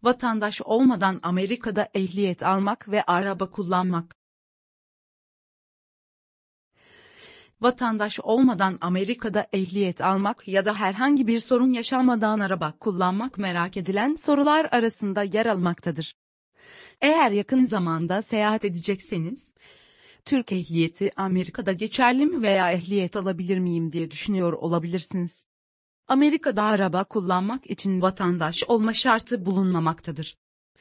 Vatandaş olmadan Amerika'da ehliyet almak ve araba kullanmak. Vatandaş olmadan Amerika'da ehliyet almak ya da herhangi bir sorun yaşanmadan araba kullanmak merak edilen sorular arasında yer almaktadır. Eğer yakın zamanda seyahat edecekseniz, Türk ehliyeti Amerika'da geçerli mi veya ehliyet alabilir miyim diye düşünüyor olabilirsiniz. Amerika'da araba kullanmak için vatandaş olma şartı bulunmamaktadır.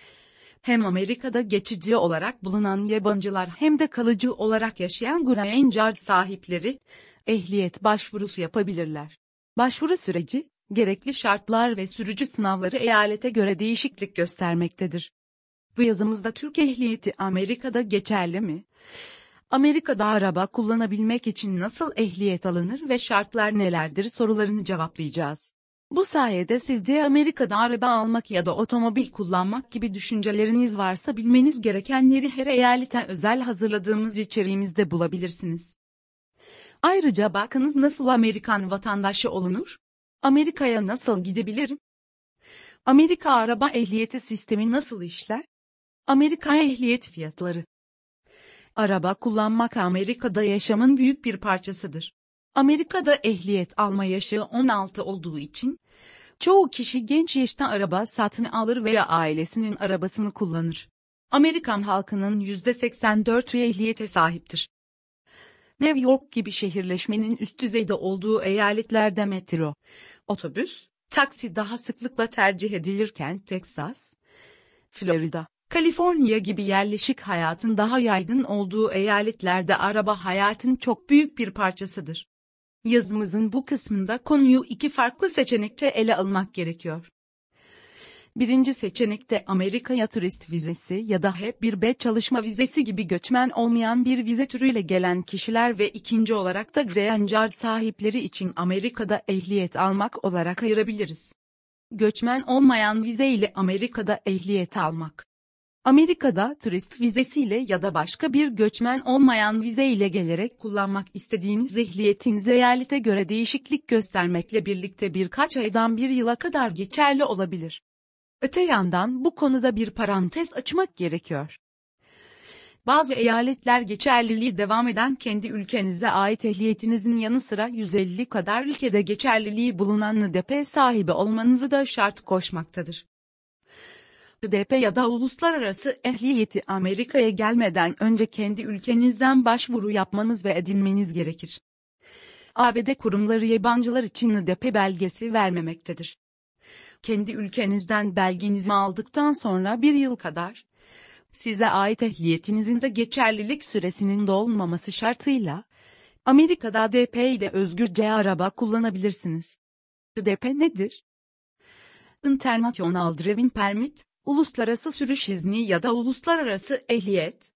Hem Amerika'da geçici olarak bulunan yabancılar hem de kalıcı olarak yaşayan green card sahipleri, ehliyet başvurusu yapabilirler. Başvuru süreci, gerekli şartlar ve sürücü sınavları eyalete göre değişiklik göstermektedir. Bu yazımızda Türk ehliyeti Amerika'da geçerli mi? Amerika'da araba kullanabilmek için nasıl ehliyet alınır ve şartlar nelerdir sorularını cevaplayacağız. Bu sayede siz de Amerika'da araba almak ya da otomobil kullanmak gibi düşünceleriniz varsa bilmeniz gerekenleri her eyalete özel hazırladığımız içeriğimizde bulabilirsiniz. Ayrıca bakınız nasıl Amerikan vatandaşı olunur? Amerika'ya nasıl gidebilirim? Amerika araba ehliyeti sistemi nasıl işler? Amerika ehliyet fiyatları. Araba kullanmak Amerika'da yaşamın büyük bir parçasıdır. Amerika'da ehliyet alma yaşı 16 olduğu için, çoğu kişi genç yaşta araba satın alır veya ailesinin arabasını kullanır. Amerikan halkının %84'ü ehliyete sahiptir. New York gibi şehirleşmenin üst düzeyde olduğu eyaletlerde metro, otobüs, taksi daha sıklıkla tercih edilirken Texas, Florida, Kaliforniya gibi yerleşik hayatın daha yaygın olduğu eyaletlerde araba hayatın çok büyük bir parçasıdır. Yazımızın bu kısmında konuyu iki farklı seçenekte ele almak gerekiyor. Birinci seçenekte Amerika'ya turist vizesi ya da H-1B çalışma vizesi gibi göçmen olmayan bir vize türüyle gelen kişiler ve ikinci olarak da green card sahipleri için Amerika'da ehliyet almak olarak ayırabiliriz. Göçmen olmayan vize ile Amerika'da ehliyet almak. Amerika'da turist vizesiyle ya da başka bir göçmen olmayan vize ile gelerek kullanmak istediğiniz ehliyetiniz eyalete göre değişiklik göstermekle birlikte birkaç aydan bir yıla kadar geçerli olabilir. Öte yandan bu konuda bir parantez açmak gerekiyor. Bazı eyaletler geçerliliği devam eden kendi ülkenize ait ehliyetinizin yanı sıra 150 kadar ülkede geçerliliği bulunan NDP sahibi olmanızı da şart koşmaktadır. NDP ya da uluslararası ehliyeti Amerika'ya gelmeden önce kendi ülkenizden başvuru yapmanız ve edinmeniz gerekir. ABD kurumları yabancılar için NDP belgesi vermemektedir. Kendi ülkenizden belgenizi aldıktan sonra bir yıl kadar, size ait ehliyetinizin de geçerlilik süresinin dolmaması şartıyla, Amerika'da DP ile özgürce araba kullanabilirsiniz. DP nedir? International Driving Permit, uluslararası sürüş izni ya da uluslararası ehliyet.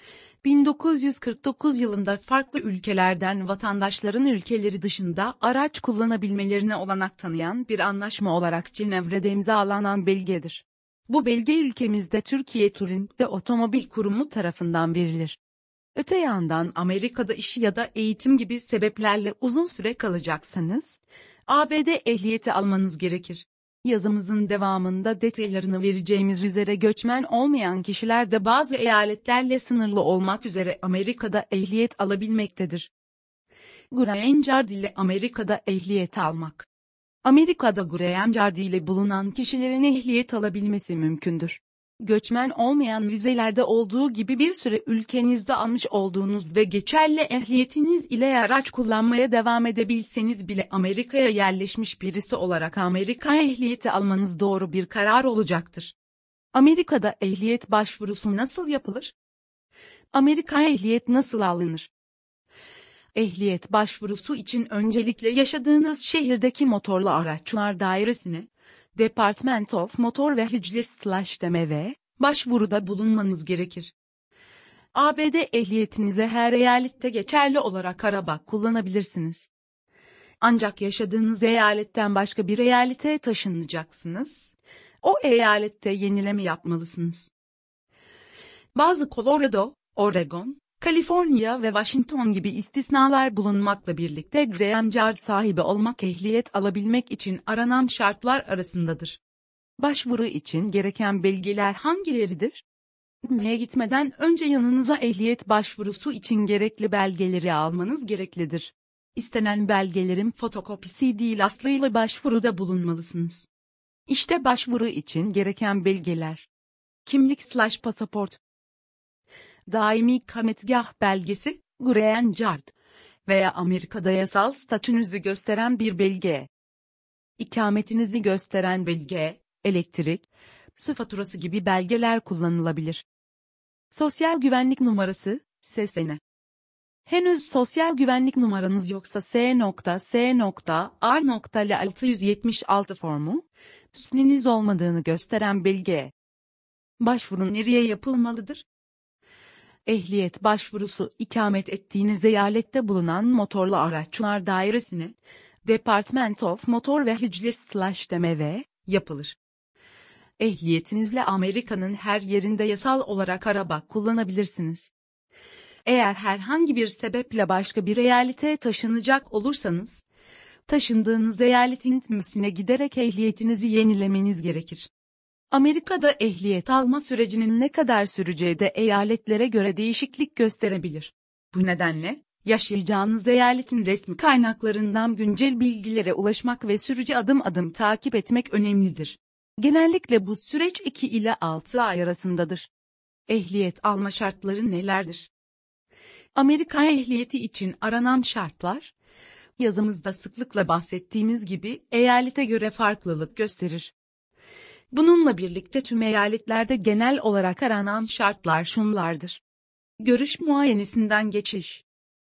1949 yılında farklı ülkelerden vatandaşların ülkeleri dışında araç kullanabilmelerine olanak tanıyan bir anlaşma olarak Cenevre'de imzalanan belgedir. Bu belge ülkemizde Türkiye Turizm ve Otomobil Kurumu tarafından verilir. Öte yandan Amerika'da iş ya da eğitim gibi sebeplerle uzun süre kalacaksanız, ABD ehliyeti almanız gerekir. Yazımızın devamında detaylarını vereceğimiz üzere göçmen olmayan kişiler de bazı eyaletlerle sınırlı olmak üzere Amerika'da ehliyet alabilmektedir. Green Card ile Amerika'da ehliyet almak. Amerika'da Green Card ile bulunan kişilerin ehliyet alabilmesi mümkündür. Göçmen olmayan vizelerde olduğu gibi bir süre ülkenizde almış olduğunuz ve geçerli ehliyetiniz ile araç kullanmaya devam edebilseniz bile Amerika'ya yerleşmiş birisi olarak Amerika ehliyeti almanız doğru bir karar olacaktır. Amerika'da ehliyet başvurusu nasıl yapılır? Amerika ehliyet nasıl alınır? Ehliyet başvurusu için öncelikle yaşadığınız şehirdeki motorlu araçlar dairesine, Department of Motor Vehicles/DMV, başvuruda bulunmanız gerekir. ABD ehliyetinize her eyalette geçerli olarak araba kullanabilirsiniz. Ancak yaşadığınız eyaletten başka bir eyalete taşınacaksınız. O eyalette yenileme yapmalısınız. Bazı Colorado, Oregon, Kaliforniya ve Washington gibi istisnalar bulunmakla birlikte green card sahibi olmak ehliyet alabilmek için aranan şartlar arasındadır. Başvuru için gereken belgeler hangileridir? DMV'ye gitmeden önce yanınıza ehliyet başvurusu için gerekli belgeleri almanız gereklidir. İstenen belgelerin fotokopisi değil aslıyla başvuruda bulunmalısınız. İşte başvuru için gereken belgeler. Kimlik/pasaport, daimi ikametgah belgesi, green card veya Amerika'da yasal statünüzü gösteren bir belge. İkametinizi gösteren belge, elektrik, su faturası gibi belgeler kullanılabilir. Sosyal güvenlik numarası, SSN. Henüz sosyal güvenlik numaranız yoksa S.S.A.L.676 formu, SSN'iniz olmadığını gösteren belge. Başvuru nereye yapılmalıdır? Ehliyet başvurusu ikamet ettiğiniz eyalette bulunan Motorlu Araçlar Dairesi'ne, Department of Motor Vehicles/DMV, yapılır. Ehliyetinizle Amerika'nın her yerinde yasal olarak araba kullanabilirsiniz. Eğer herhangi bir sebeple başka bir eyalete taşınacak olursanız, taşındığınız eyaletin TMS'ine giderek ehliyetinizi yenilemeniz gerekir. Amerika'da ehliyet alma sürecinin ne kadar süreceği de eyaletlere göre değişiklik gösterebilir. Bu nedenle, yaşayacağınız eyaletin resmi kaynaklarından güncel bilgilere ulaşmak ve süreci adım adım takip etmek önemlidir. Genellikle bu süreç 2 ile 6 ay arasındadır. Ehliyet alma şartları nelerdir? Amerika ehliyeti için aranan şartlar, yazımızda sıklıkla bahsettiğimiz gibi eyalete göre farklılık gösterir. Bununla birlikte tüm eyaletlerde genel olarak aranan şartlar şunlardır. Görüş muayenesinden geçiş.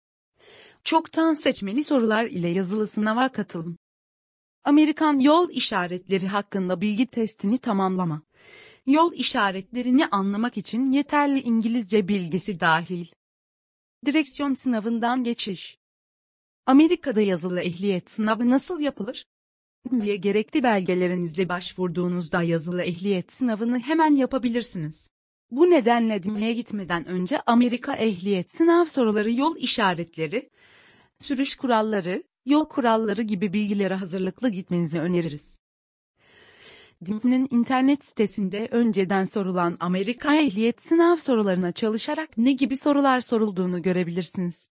Çoktan seçmeli sorular ile yazılı sınava katılım. Amerikan yol işaretleri hakkında bilgi testini tamamlama. Yol işaretlerini anlamak için yeterli İngilizce bilgisi dahil. Direksiyon sınavından geçiş. Amerika'da yazılı ehliyet sınavı nasıl yapılır? Ve gerekli belgelerinizle başvurduğunuzda yazılı ehliyet sınavını hemen yapabilirsiniz. Bu nedenle DMV'ye gitmeden önce Amerika ehliyet sınav soruları, yol işaretleri, sürüş kuralları, yol kuralları gibi bilgilere hazırlıklı gitmenizi öneririz. DMV'nin internet sitesinde önceden sorulan Amerika ehliyet sınav sorularına çalışarak ne gibi sorular sorulduğunu görebilirsiniz.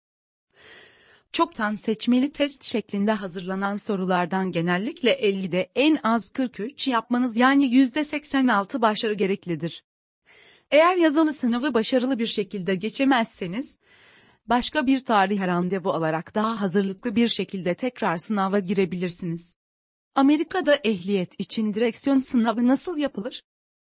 Çoktan seçmeli test şeklinde hazırlanan sorulardan genellikle 50'de en az 43 yapmanız yani %86 başarı gereklidir. Eğer yazılı sınavı başarılı bir şekilde geçemezseniz, başka bir tarihe randevu alarak daha hazırlıklı bir şekilde tekrar sınava girebilirsiniz. Amerika'da ehliyet için direksiyon sınavı nasıl yapılır?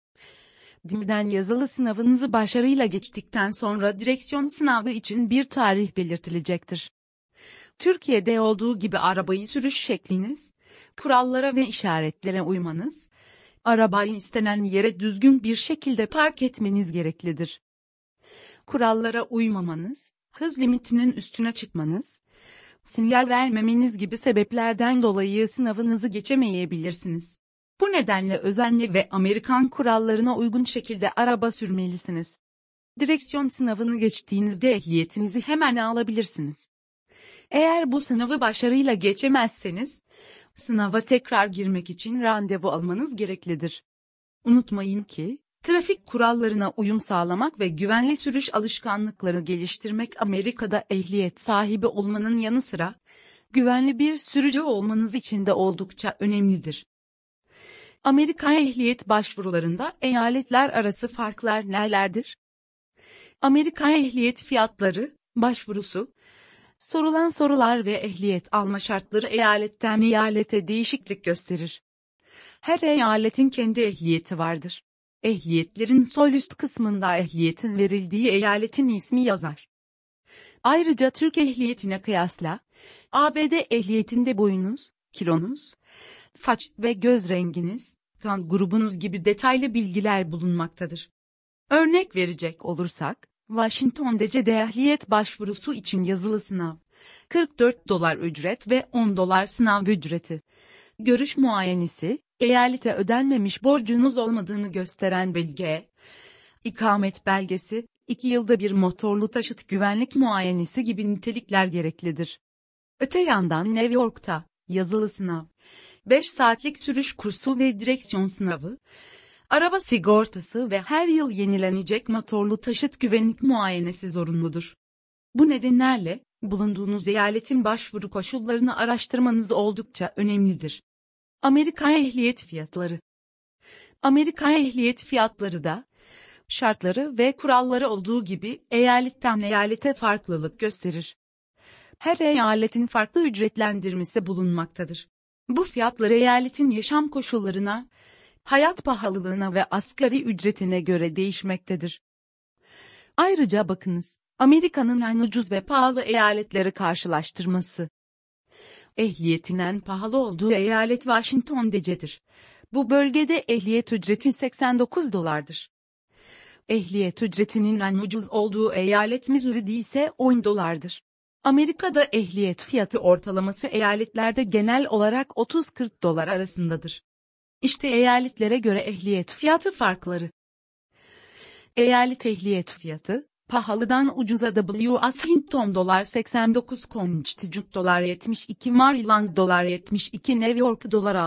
DMV'den yazılı sınavınızı başarıyla geçtikten sonra direksiyon sınavı için bir tarih belirtilecektir. Türkiye'de olduğu gibi arabayı sürüş şekliniz, kurallara ve işaretlere uymanız, arabayı istenen yere düzgün bir şekilde park etmeniz gereklidir. Kurallara uymamanız, hız limitinin üstüne çıkmanız, sinyal vermemeniz gibi sebeplerden dolayı sınavınızı geçemeyebilirsiniz. Bu nedenle özenli ve Amerikan kurallarına uygun şekilde araba sürmelisiniz. Direksiyon sınavını geçtiğinizde ehliyetinizi hemen alabilirsiniz. Eğer bu sınavı başarıyla geçemezseniz, sınava tekrar girmek için randevu almanız gereklidir. Unutmayın ki, trafik kurallarına uyum sağlamak ve güvenli sürüş alışkanlıkları geliştirmek Amerika'da ehliyet sahibi olmanın yanı sıra, güvenli bir sürücü olmanız için de oldukça önemlidir. Amerika ehliyet başvurularında eyaletler arası farklar nelerdir? Amerika ehliyet fiyatları, başvurusu, sorulan sorular ve ehliyet alma şartları eyaletten eyalete değişiklik gösterir. Her eyaletin kendi ehliyeti vardır. Ehliyetlerin sol üst kısmında ehliyetin verildiği eyaletin ismi yazar. Ayrıca Türk ehliyetine kıyasla, ABD ehliyetinde boyunuz, kilonuz, saç ve göz renginiz, kan grubunuz gibi detaylı bilgiler bulunmaktadır. Örnek verecek olursak, Washington DC'de ehliyet başvurusu için yazılı sınav, $44 ücret ve $10 sınav ücreti. Görüş muayenesi, eyalete ödenmemiş borcunuz olmadığını gösteren belge, ikamet belgesi, 2 yılda bir motorlu taşıt güvenlik muayenesi gibi nitelikler gereklidir. Öte yandan New York'ta, yazılı sınav, 5 saatlik sürüş kursu ve direksiyon sınavı, araba sigortası ve her yıl yenilenecek motorlu taşıt güvenlik muayenesi zorunludur. Bu nedenlerle, bulunduğunuz eyaletin başvuru koşullarını araştırmanız oldukça önemlidir. Amerika ehliyet fiyatları. Amerika ehliyet fiyatları da, şartları ve kuralları olduğu gibi eyaletten eyalete farklılık gösterir. Her eyaletin farklı ücretlendirmesi bulunmaktadır. Bu fiyatlar eyaletin yaşam koşullarına, hayat pahalılığına ve asgari ücretine göre değişmektedir. Ayrıca bakınız, Amerika'nın en ucuz ve pahalı eyaletleri karşılaştırması. Ehliyetin en pahalı olduğu eyalet Washington DC'dir. Bu bölgede ehliyet ücreti $89. Ehliyet ücretinin en ucuz olduğu eyalet Missouri ise $10. Amerika'da ehliyet fiyatı ortalaması eyaletlerde genel olarak $30-40 arasındadır. İşte eyaletlere göre ehliyet fiyatı farkları. Eyalet ehliyet fiyatı, pahalıdan ucuza Washington $89, Connecticut $72, Maryland $72, New York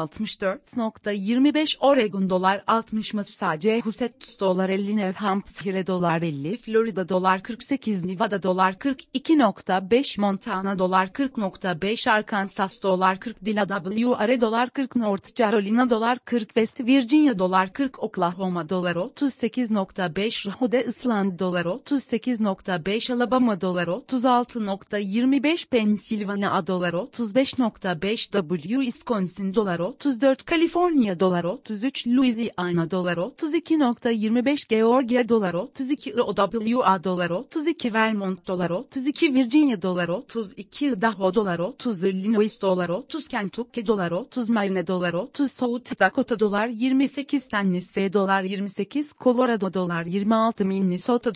$64.25, Oregon $60, Massachusetts $50, New Hampshire $50, Florida $48, Nevada $42.5, Montana $40.5, Arkansas $40, Delaware $40, North Carolina $40, West Virginia $40, Oklahoma $38.5, Rhode Island $38.5, Alabama $36.25, Pennsylvania $35.5, Wisconsin $34, California $33, Louisiana $32.25, Georgia $32, Iowa $32, Vermont $32, Virginia $32, Idaho $30, Illinois $30, Kentucky $30, Maine $30, South Dakota $28, Tennessee $28, Colorado $26, Minnesota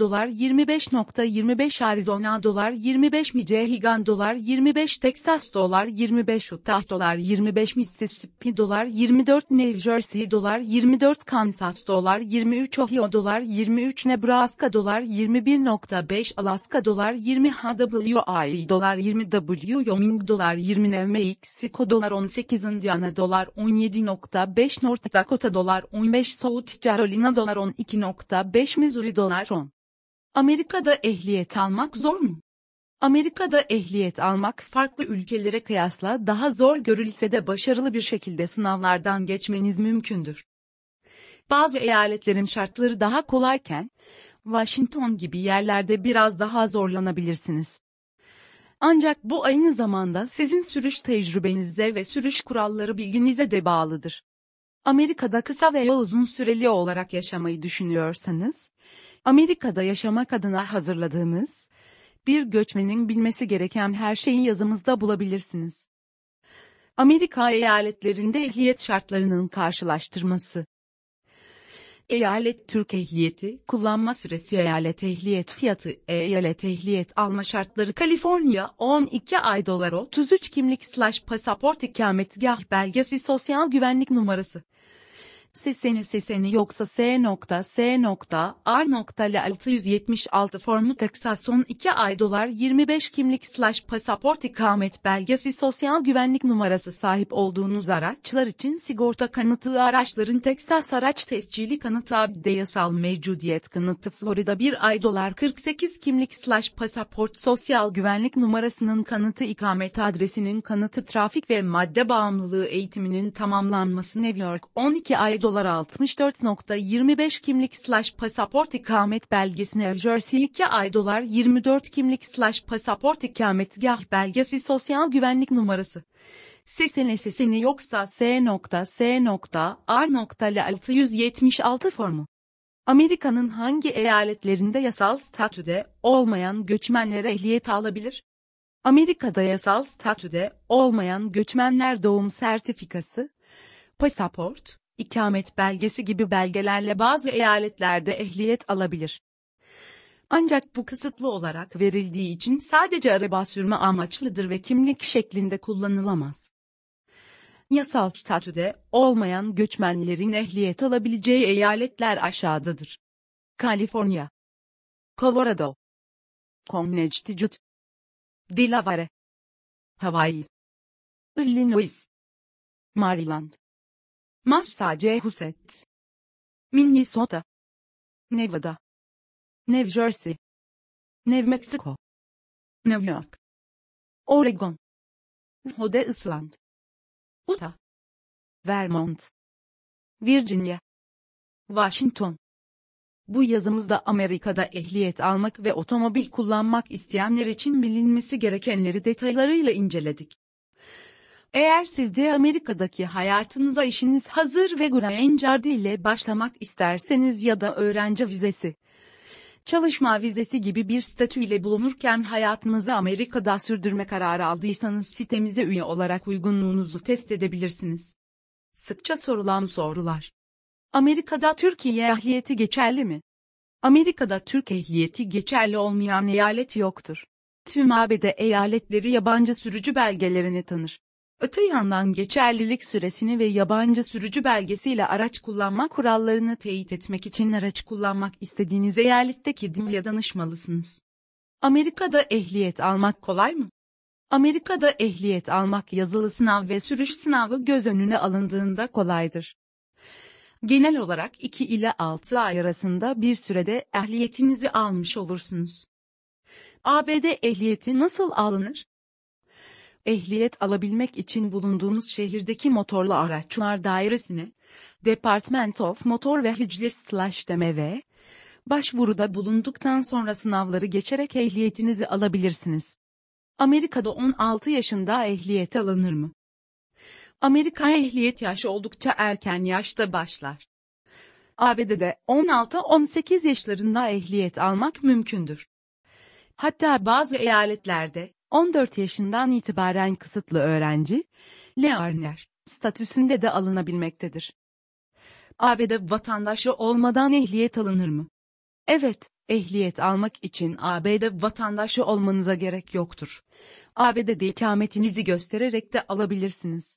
$25.25, Arizona $25, Michigan $25, Texas $25, Utah $25, Mississippi $24, New Jersey $24, Kansas $23, Ohio $23, Nebraska $21.5, Alaska $20, Hawaii $20, Wyoming $20, New Mexico $18, Indiana $17.5, North Dakota $15, South Carolina $12.5, Missouri $10. Amerika'da ehliyet almak zor mu? Amerika'da ehliyet almak farklı ülkelere kıyasla daha zor görülse de başarılı bir şekilde sınavlardan geçmeniz mümkündür. Bazı eyaletlerin şartları daha kolayken, Washington gibi yerlerde biraz daha zorlanabilirsiniz. Ancak bu aynı zamanda sizin sürüş tecrübenize ve sürüş kuralları bilginize de bağlıdır. Amerika'da kısa veya uzun süreli olarak yaşamayı düşünüyorsanız, Amerika'da yaşamak adına hazırladığımız, bir göçmenin bilmesi gereken her şeyi yazımızda bulabilirsiniz. Amerika eyaletlerinde ehliyet şartlarının karşılaştırması. Eyalet Türk ehliyeti, kullanma süresi, eyalet ehliyet fiyatı, eyalet ehliyet alma şartları. Kaliforniya 12 ay $33, kimlik/pasaport, ikametgah belgesi, sosyal güvenlik numarası. SSN yoksa S.S.A.L 676 formu. Texas 12 ay $25, kimlik/pasaport, ikamet belgesi, sosyal güvenlik numarası. Sahip olduğunuz araçlar için sigorta kanıtı, araçların Texas araç tescili kanıtı, ABD yasal mevcudiyet kanıtı. Florida 1 ay $48, kimlik/pasaport, sosyal güvenlik numarasının kanıtı, ikamet adresinin kanıtı, trafik ve madde bağımlılığı eğitiminin tamamlanması. New York 12 ay $64.25, kimlik/pasaport, ikamet belgesi. New Jersey 2 ay $24, kimlik/pasaport, ikametgah belgesi, sosyal güvenlik numarası. SSN yoksa S.S.A.L 676 formu. Amerika'nın hangi eyaletlerinde yasal statüde olmayan göçmenler ehliyet alabilir? Amerika'da yasal statüde olmayan göçmenler doğum sertifikası, pasaport, ikamet belgesi gibi belgelerle bazı eyaletlerde ehliyet alabilir. Ancak bu kısıtlı olarak verildiği için sadece araba sürme amaçlıdır ve kimlik şeklinde kullanılamaz. Yasal statüde olmayan göçmenlerin ehliyet alabileceği eyaletler aşağıdadır. Kaliforniya, Colorado, Connecticut, Delaware, Hawaii, Illinois, Maryland, Massachusetts, Minnesota, Nevada, New Jersey, New Mexico, New York, Oregon, Rhode Island, Utah, Vermont, Virginia, Washington. Bu yazımızda Amerika'da ehliyet almak ve otomobil kullanmak isteyenler için bilinmesi gerekenleri detaylarıyla inceledik. Eğer siz de Amerika'daki hayatınıza işiniz hazır ve green card ile başlamak isterseniz ya da öğrenci vizesi, çalışma vizesi gibi bir statüyle bulunurken hayatınızı Amerika'da sürdürme kararı aldıysanız sitemize üye olarak uygunluğunuzu test edebilirsiniz. Sıkça sorulan sorular. Amerika'da Türkiye ehliyeti geçerli mi? Amerika'da Türk ehliyeti geçerli olmayan eyalet yoktur. Tüm ABD eyaletleri yabancı sürücü belgelerini tanır. Öte yandan geçerlilik süresini ve yabancı sürücü belgesiyle araç kullanma kurallarını teyit etmek için araç kullanmak istediğiniz eyaletteki DMV'ye danışmalısınız. Amerika'da ehliyet almak kolay mı? Amerika'da ehliyet almak yazılı sınav ve sürüş sınavı göz önüne alındığında kolaydır. Genel olarak 2 ile 6 ay arasında bir sürede ehliyetinizi almış olursunuz. ABD ehliyeti nasıl alınır? Ehliyet alabilmek için bulunduğunuz şehirdeki motorlu araçlar dairesine, Department of Motor Vehicles/DMV, başvuruda bulunduktan sonra sınavları geçerek ehliyetinizi alabilirsiniz. Amerika'da 16 yaşında ehliyet alınır mı? Amerika'ya ehliyet yaşı oldukça erken yaşta başlar. ABD'de 16-18 yaşlarında ehliyet almak mümkündür. Hatta bazı eyaletlerde 14 yaşından itibaren kısıtlı öğrenci, learner statüsünde de alınabilmektedir. ABD vatandaşı olmadan ehliyet alınır mı? Evet, ehliyet almak için ABD vatandaşı olmanıza gerek yoktur. ABD'de ikametinizi göstererek de alabilirsiniz.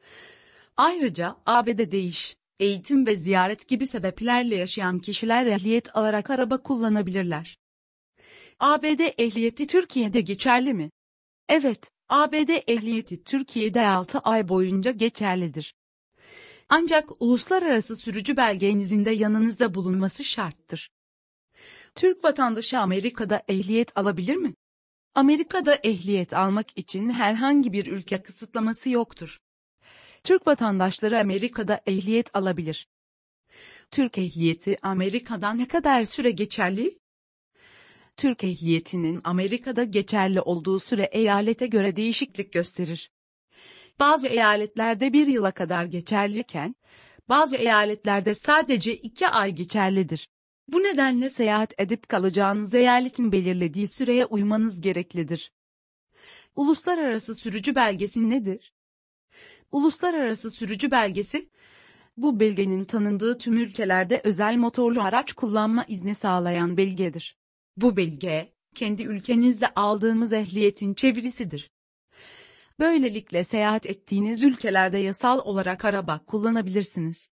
Ayrıca ABD'de iş, eğitim ve ziyaret gibi sebeplerle yaşayan kişiler ehliyet alarak araba kullanabilirler. ABD ehliyeti Türkiye'de geçerli mi? Evet, ABD ehliyeti Türkiye'de 6 ay boyunca geçerlidir. Ancak uluslararası sürücü belgenizin de yanınızda bulunması şarttır. Türk vatandaşı Amerika'da ehliyet alabilir mi? Amerika'da ehliyet almak için herhangi bir ülke kısıtlaması yoktur. Türk vatandaşları Amerika'da ehliyet alabilir. Türk ehliyeti Amerika'da ne kadar süre geçerli? Türk ehliyetinin Amerika'da geçerli olduğu süre eyalete göre değişiklik gösterir. Bazı eyaletlerde 1 yıla kadar geçerliyken, bazı eyaletlerde sadece 2 ay geçerlidir. Bu nedenle seyahat edip kalacağınız eyaletin belirlediği süreye uymanız gereklidir. Uluslararası sürücü belgesi nedir? Uluslararası sürücü belgesi, bu belgenin tanındığı tüm ülkelerde özel motorlu araç kullanma izni sağlayan belgedir. Bu belge, kendi ülkenizde aldığınız ehliyetin çevirisidir. Böylelikle seyahat ettiğiniz ülkelerde yasal olarak araba kullanabilirsiniz.